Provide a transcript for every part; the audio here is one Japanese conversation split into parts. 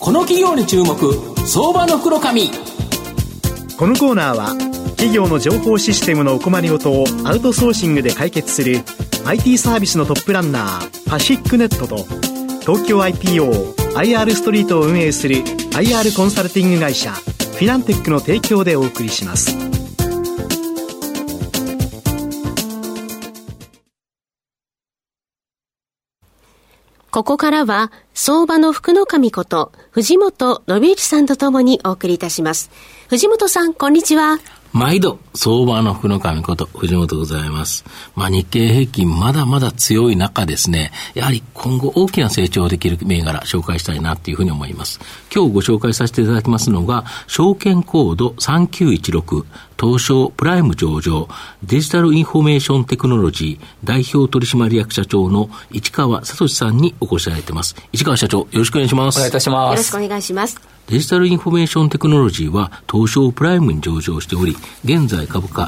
この企業に注目、相場の袋紙。 このコーナーは企業の情報システムのお困りごとをアウトソーシングで解決する IT サービスのトップランナーパシックネットと、東京 IPO、IR ストリートを運営する IR コンサルティング会社フィナンテックの提供でお送りします。 ここからは相場の福の神こと藤本信之さんとともにお送りいたします。藤本さん、こんにちは。 毎度相場の福の神こと藤本でございます。日経平均まだまだ強い中ですね、やはり今後大きな成長できる銘柄紹介したいなというふうに思います。今日ご紹介させていただきますのが、証券コード3916東証プライム上場デジタルインフォメーションテクノロジー代表取締役社長の市川聡さんにお越しいただいています。市川社長、よろしくお願いします。 お願いいたします。 よろしくお願いします。 デジタルインフォメーションテクノロジーは東証プライムに上場しており、現在株価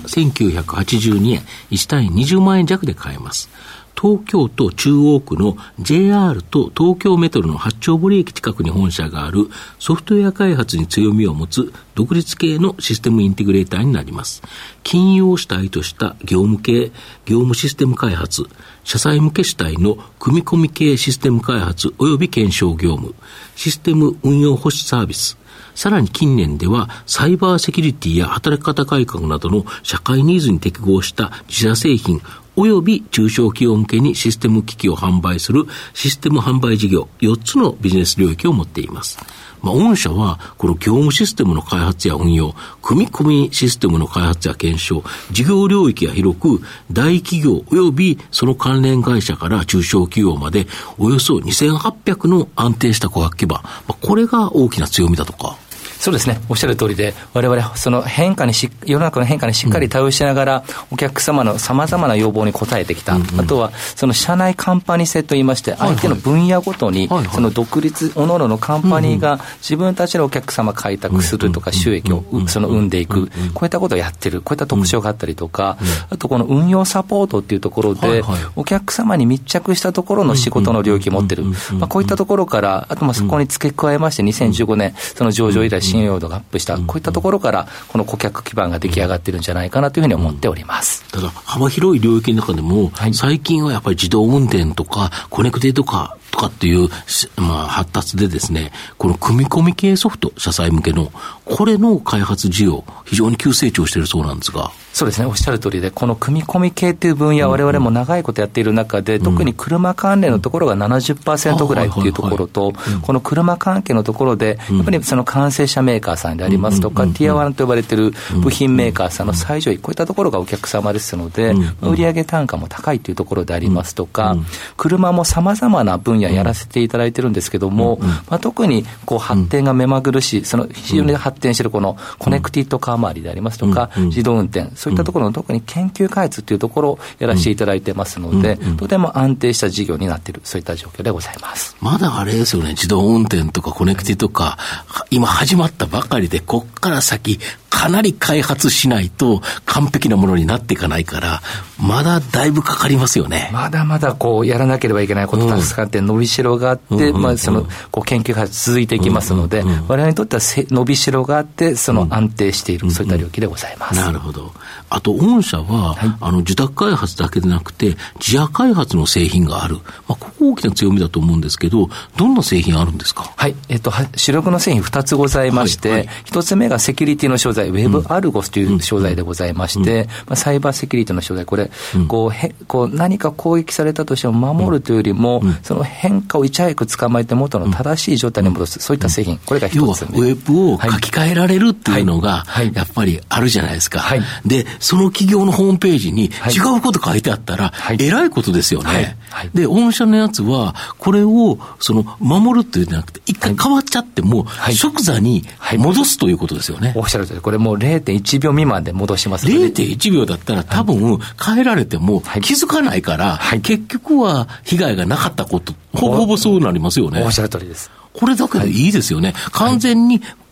1982円、1単位20万円弱で買えます。東京都中央区の JR と東京メトロの八丁堀駅近くに本社があるソフトウェア開発に強みを持つ独立系のシステムインテグレーターになります。金融を主体とした業務システム開発、社債向け主体の組み込み系システム開発及び検証業務、システム運用保守サービス、さらに近年ではサイバーセキュリティや働き方改革などの社会ニーズに適合した自社製品及び中小企業向けにシステム機器を販売するシステム販売事業4つのビジネス領域を持っています。御社はこの業務システムの開発や運用、組み込みシステムの開発や検証、事業領域が広く大企業及びその関連会社から中小企業までおよそ2800の安定した顧客基盤、これが大きな強みだとか。 そうですね、おっしゃる通りで、我々その変化に世の中の変化にしっかり対応しながら、お客様のさまざまな要望に応えてきた、あとはその社内カンパニー性といいまして、相手の分野ごとにその独立各々のカンパニーが自分たちのお客様開拓するとか、収益をその生んでいく、こういったことをやってる、こういった特徴があったりとか、あとこの運用サポートっていうところで、お客様に密着したところの仕事の領域を持ってる、こういったところから、あとそこに付け加えまして2015年その上場以来信用度がアップした、こういったところからこの顧客基盤が出来上がっているんじゃないかなというふうに思っております。 ただ幅広い領域の中でも、最近はやっぱり自動運転とかコネクティとかっていう、発達でですね、この組み込み系ソフト、社債向けのこれの開発需要非常に急成長しているそうなんですが。 そうですね、おっしゃる通りで、この組み込み系という分野、我々も長いことやっている中で、特に車関連のところが 70% ぐらいというところと、この車関係のところでやっぱりその完成車メーカーさんでありますとか、ティア1と呼ばれている部品メーカーさんの最上位、こういったところがお客様ですので、売上単価も高いというところでありますとか、車もさまざまな分野やらせていただいているんですけども、特にこう発展が目まぐるしい、その非常に発展しているこのコネクティッドカー周りでありますとか、自動運転、そういったところの特に研究開発というところをやらせていただいてますので、とても安定した事業になっている、そういった状況でございます。 まだあれですよね、自動運転とかコネクティとか今始まったばかりで、こっから先かなり開発しないと完璧なものになっていかないから、まだだいぶかかりますよね。 まだまだこうやらなければいけないことたくさんあって、伸びしろがあって、そのこう研究開発続いていきますので、我々にとっては伸びしろがあって、その安定している、そういった領域でございます。 なるほど。あと御社は、受託開発だけでなくて自社開発の製品がある、ここ大きな強みだと思うんですけど、どんな製品あるんですか？ はい、主力の製品2つございまして、1つ目がセキュリティの商材、ウェブアルゴスという商材でございまして、サイバーセキュリティの商材、これ、こう何か攻撃されたとしても守るというよりも、その変化をいち早く捕まえて元の正しい状態に戻す、そういった製品、これが一つ、 要はウェブを書き換えられるっていうのがやっぱりあるじゃないですか。でその企業のホームページに違うこと書いてあったら、えらいことですよね。で御社のやつはこれをその守るっていうんじゃなくて、一回変わっちゃっても即座に戻すということですよね。 おっしゃるとおり、これもう 0.1 秒未満で戻しますので、 0.1 秒だったら多分変えられても気づかないから、結局は被害がなかったこと、ほぼほぼそうなりますよね。 おっしゃる通りです。 これだけでいいですよね。完全に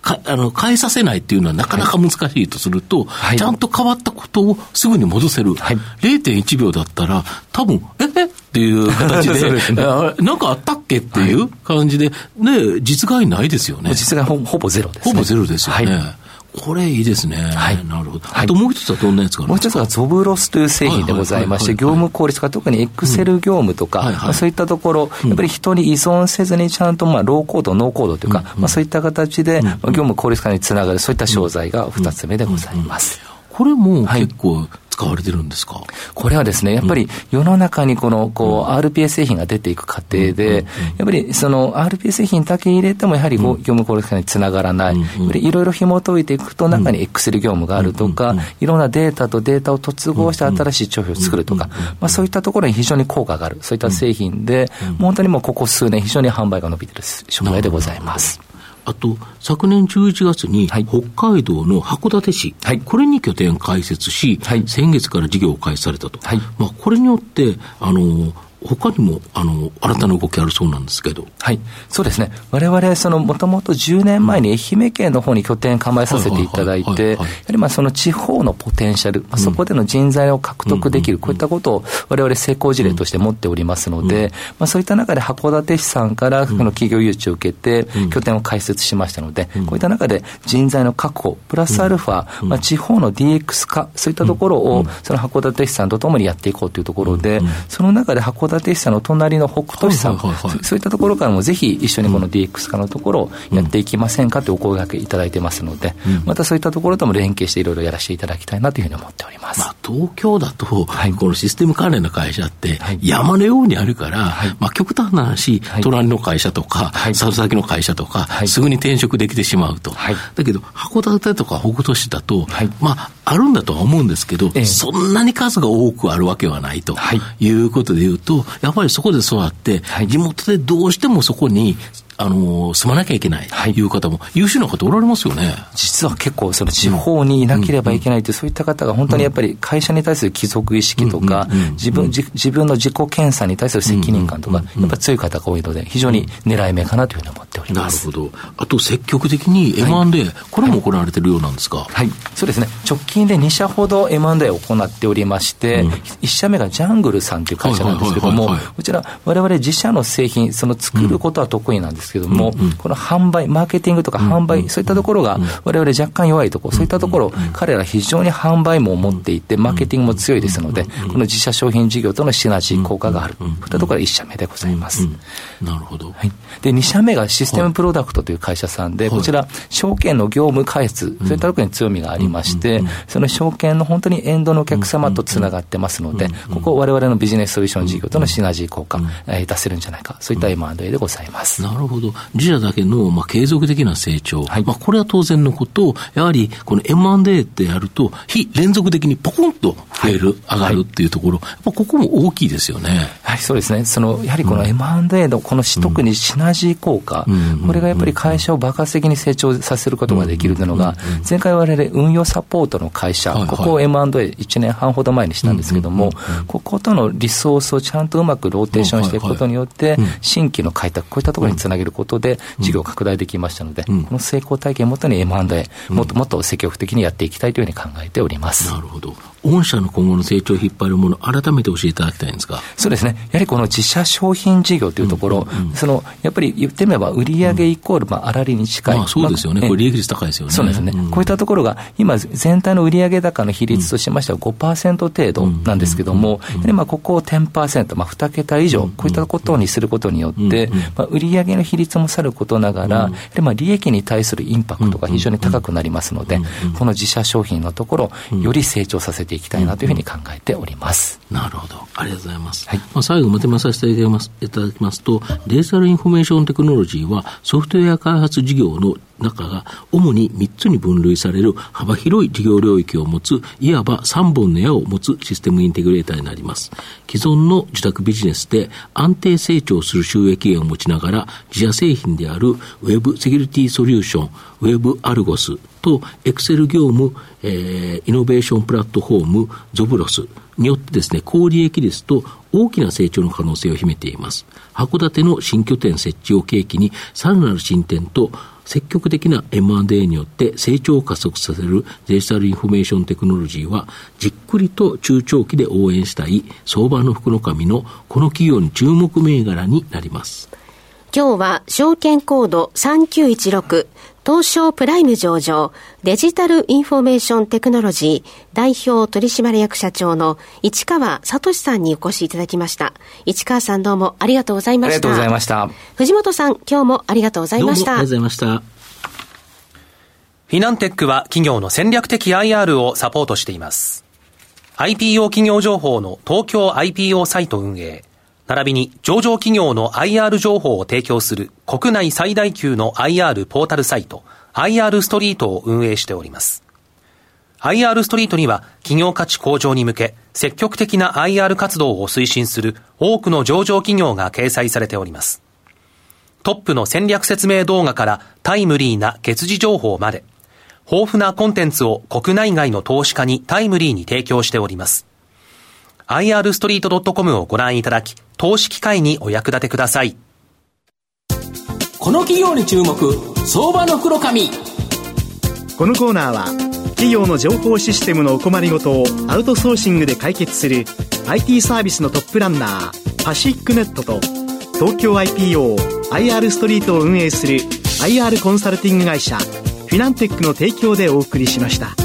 変えさせないっていうのはなかなか難しいとすると、ちゃんと変わったことをすぐに戻せる。0.1 秒だったら、多分、っていう形で、なんかあったっけっていう感じで、ね、実害ないですよね。 実害ほぼゼロですね。 ほぼゼロですよね。これいいですね。なるほど。あともう一つはどんなやつかな。 もう一つはゾブロスという製品でございまして、業務効率化、特にエクセル業務とか、そういったところ、やっぱり人に依存せずにちゃんとローコード、ノーコードというか、そういった形で業務効率化につながる、そういった商材が2つ目でございます。 これも結構使われてるんですか？ これはですね、やっぱり世の中にRPA 製品が出ていく過程で、やっぱりその RPA 製品だけ入れてもやはり業務効率化につながらない。いろいろ紐解いていくと中に Excel 業務があるとか、いろんなデータとデータを突合して新しい商品を作るとか、そういったところに非常に効果がある、そういった製品で、本当にもうここ数年非常に販売が伸びている商材でございます。 あと、昨年11月に北海道の函館市、これに拠点開設し、先月から事業を開始されたと。これによって、他にも新たな動きあるそうなんですけど。 そうですね。我々もともと10年前に愛媛県の方に拠点構えさせていただいて、やはりその地方のポテンシャル、そこでの人材を獲得できる、こういったことを我々成功事例として持っておりますので、そういった中で函館市さんからこの企業誘致を受けて拠点を開設しましたので、こういった中で人材の確保プラスアルファ、地方の DX 化、そういったところをその函館市さんとともにやっていこうというところで、その中で函館市さんの隣の北斗市さん、そういったところからもぜひ一緒にこの DX 化のところをやっていきませんかというお声掛けいただいてますので、またそういったところとも連携していろいろやらせていただきたいなというふうに思っております。 東京だと、このシステム関連の会社って山のようにあるから、極端な話、隣の会社とか、先の会社とか、すぐに転職できてしまうと。だけど、函館とか北斗市だと、あるんだとは思うんですけど、そんなに数が多くあるわけはないということでいうと、やっぱりそこで育って、地元でどうしてもそこに住まなきゃいけないという方も優秀な方おられますよね。 実は結構その地方にいなければいけないという、そういった方が本当にやっぱり会社に対する帰属意識とか、自分の自己検査に対する責任感とか、やっぱり強い方が多いので、非常に狙い目かなというふうに思っております。 なるほど。あと積極的に M&A、これも行われているようなんですか？ そうですね。直近で2社ほど M&A を行っておりまして、1社目がジャングルさんという会社なんですけども、こちら我々自社の製品、その作ることは得意なんですけども、この販売、マーケティングとか販売、そういったところが我々若干弱いところ、そういったところ、彼ら非常に販売も持っていて、マーケティングも強いですので、この自社商品事業とのシナジー効果がある、こういったところが1社目でございます。 なるほど。 で、2社目がシステムプロダクトという会社さんで、こちら、証券の業務開発、そういったところに強みがありまして、その証券の本当にエンドのお客様とつながってますので、ここ我々のビジネスソリューション事業とのシナジー効果、出せるんじゃないか、そういった M&A でございます。 なるほど。自社だけの、継続的な成長、これは当然のことを、やはりこの M&A ってやると非連続的にポコンと増える、上がるっていうところ、やっぱここも大きいですよね。 そうですね。やはりこの M&A のこの特にシナジー効果、これがやっぱり会社を爆発的に成長させることができるというのが、前回我々運用サポートの会社、ここを M&A1 年半ほど前にしたんですけども、こことのリソースをちゃんとうまくローテーションしていくことによって、新規の開拓、こういったところにつなげることで事業拡大できましたので、この成功体験をもとに M&A、もっともっと積極的にやっていきたいというふうに考えております。 なるほど。御社の今後の成長を引っ張るもの、改めて教えていただきたいんですか？ そうですね。やはりこの自社商品事業というところ、やっぱり言ってみれば売上イコール粗利に近い。 そうですよね。これ利益率高いですよね。 そうですね。こういったところが今全体の売上高の比率としましては 5% 程度なんですけども、やはりここを 10%、2桁以上、こういったことにすることによって、売上の比率もさることながら、やはり利益に対するインパクトが非常に高くなりますので、この自社商品のところ、より成長させていきたいなというふうに考えております。 なるほど。ありがとうございます。最後まとめさせていただきますと、デジタルインフォメーションテクノロジーはソフトウェア開発事業の中が主に3つに分類される幅広い事業領域を持つ、いわば3本の矢を持つシステムインテグレーターになります。既存の受託ビジネスで安定成長する収益源を持ちながら、自社製品であるウェブセキュリティソリューション、ウェブアルゴスとエクセル業務、イノベーションプラットフォームゾブロスによってですね、高利益率と大きな成長の可能性を秘めています。函館の新拠点設置を契機に、さらなる進展と積極的な M&A によって成長を加速させるデジタルインフォメーションテクノロジーは、じっくりと中長期で応援したい相場の福の神のこの企業に注目銘柄になります。 今日は証券コード3916東証プライム上場デジタルインフォメーションテクノロジー代表取締役社長の市川聡さんにお越しいただきました。市川さん、どうもありがとうございました。 ありがとうございました。 藤本さん、今日もありがとうございました。 どうもありがとうございました。 フィナンテックは企業の戦略的 IR をサポートしています。IPO 企業情報の東京 IPO サイト運営、並びに上場企業の IR 情報を提供する国内最大級の IR ポータルサイト IR ストリートを運営しております。IR ストリートには企業価値向上に向け積極的な IR 活動を推進する多くの上場企業が掲載されております。トップの戦略説明動画からタイムリーな月次情報まで、豊富なコンテンツを国内外の投資家にタイムリーに提供しております。irstreet.com をご覧いただき、投資機会にお役立てください。 この企業に注目、相場の袋紙。 このコーナーは企業の情報システムのお困りごとをアウトソーシングで解決する IT サービスのトップランナーパシックネットと、東京 IPO IR ストリートを運営する IR コンサルティング会社フィナンテックの提供でお送りしました。